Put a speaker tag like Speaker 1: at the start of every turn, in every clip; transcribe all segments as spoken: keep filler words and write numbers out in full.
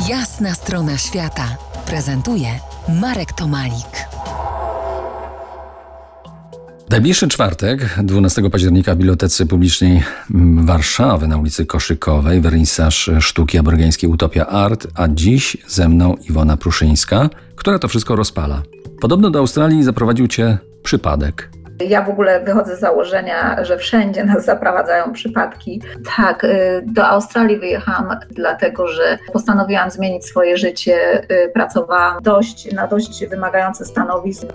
Speaker 1: Jasna strona świata prezentuje Marek Tomalik.
Speaker 2: Najbliższy czwartek, dwunastego października w Bibliotece Publicznej Warszawy na ulicy Koszykowej wernisaż sztuki aborygeńskiej Utopia Art, a dziś ze mną Iwona Pruszyńska, która to wszystko rozpala. Podobno do Australii zaprowadził cię przypadek.
Speaker 3: Ja w ogóle wychodzę z założenia, że wszędzie nas zaprowadzają przypadki. Tak, do Australii wyjechałam dlatego, że postanowiłam zmienić swoje życie. Pracowałam dość, na dość wymagających stanowisk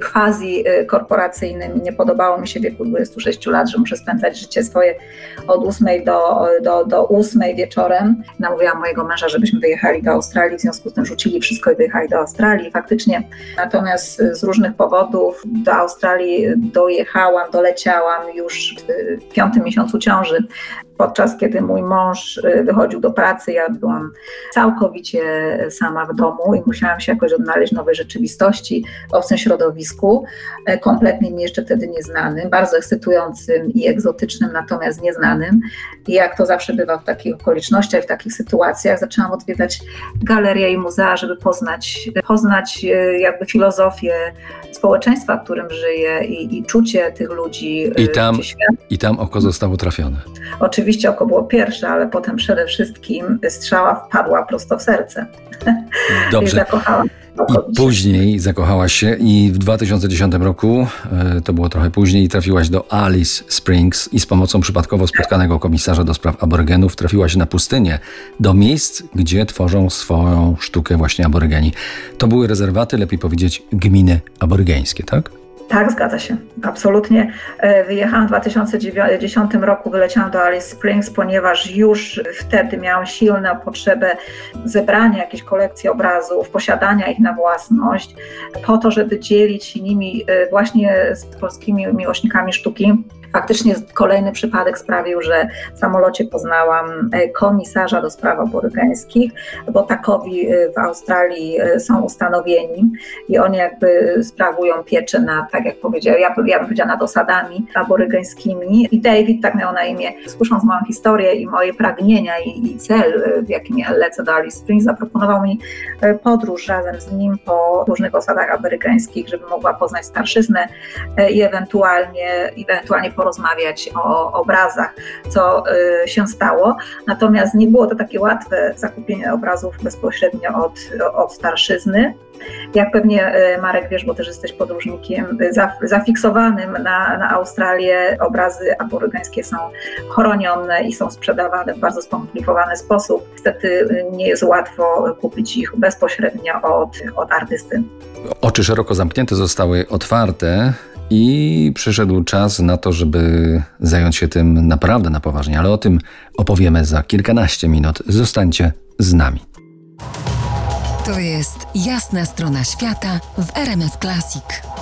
Speaker 3: quasi-korporacyjnym. Nie podobało mi się w wieku dwudziestu sześciu lat, że muszę spędzać życie swoje od ósmej do, do, do ósmej wieczorem. Namówiłam mojego męża, żebyśmy wyjechali do Australii, w związku z tym rzucili wszystko i wyjechali do Australii faktycznie. Natomiast z różnych powodów do Australii dojechałam, doleciałam już w piątym miesiącu ciąży. Podczas kiedy mój mąż wychodził do pracy, ja byłam całkowicie sama w domu i musiałam się jakoś odnaleźć w nowej rzeczywistości, w obcym środowisku, kompletnie mi jeszcze wtedy nieznanym, bardzo ekscytującym i egzotycznym, natomiast nieznanym. I jak to zawsze bywa w takich okolicznościach, w takich sytuacjach, zaczęłam odwiedzać galerie i muzea, żeby poznać, poznać jakby filozofię społeczeństwa, w którym żyję i, i czucie tych ludzi.
Speaker 2: I tam, I tam oko zostało trafione.
Speaker 3: Oczywiście oko było pierwsze, ale potem przede wszystkim strzała wpadła prosto w serce.
Speaker 2: Dobrze.
Speaker 3: I zakochałam.
Speaker 2: I później zakochałaś się i w dwa tysiące dziesiątym roku, to było trochę później, trafiłaś do Alice Springs i z pomocą przypadkowo spotkanego komisarza do spraw aborygenów trafiłaś na pustynię, do miejsc, gdzie tworzą swoją sztukę właśnie aborygeni. To były rezerwaty, lepiej powiedzieć gminy aborygeńskie, tak?
Speaker 3: Tak, zgadza się. Absolutnie. Wyjechałam w dwa tysiące dziesiątym roku, wyleciałam do Alice Springs, ponieważ już wtedy miałam silną potrzebę zebrania jakiejś kolekcji obrazów, posiadania ich na własność, po to, żeby dzielić się nimi właśnie z polskimi miłośnikami sztuki. Faktycznie kolejny przypadek sprawił, że w samolocie poznałam komisarza do spraw aborygeńskich, bo takowi w Australii są ustanowieni i oni jakby sprawują pieczę nad, tak jak powiedział, ja, ja bym powiedziała, nad osadami aborygeńskimi. I David, tak miał na imię, słysząc moją historię i moje pragnienia i, i cel, w jakim ja lecę do Alice Springs, zaproponował mi podróż razem z nim po różnych osadach aborygeńskich, żeby mogła poznać starszyznę i ewentualnie, ewentualnie porozmawiać o obrazach, co y, się stało. Natomiast nie było to takie łatwe zakupienie obrazów bezpośrednio od, od starszyzny. Jak pewnie y, Marek wiesz, bo też jesteś podróżnikiem y, za, zafiksowanym na, na Australię, obrazy aborygeńskie są chronione i są sprzedawane w bardzo skomplikowany sposób. Niestety y, nie jest łatwo kupić ich bezpośrednio od, od artysty.
Speaker 2: Oczy szeroko zamknięte zostały otwarte i przyszedł czas na to, żeby zająć się tym naprawdę na poważnie, ale o tym opowiemy za kilkanaście minut. Zostańcie z nami.
Speaker 1: To jest Jasna strona świata w R M F Classic.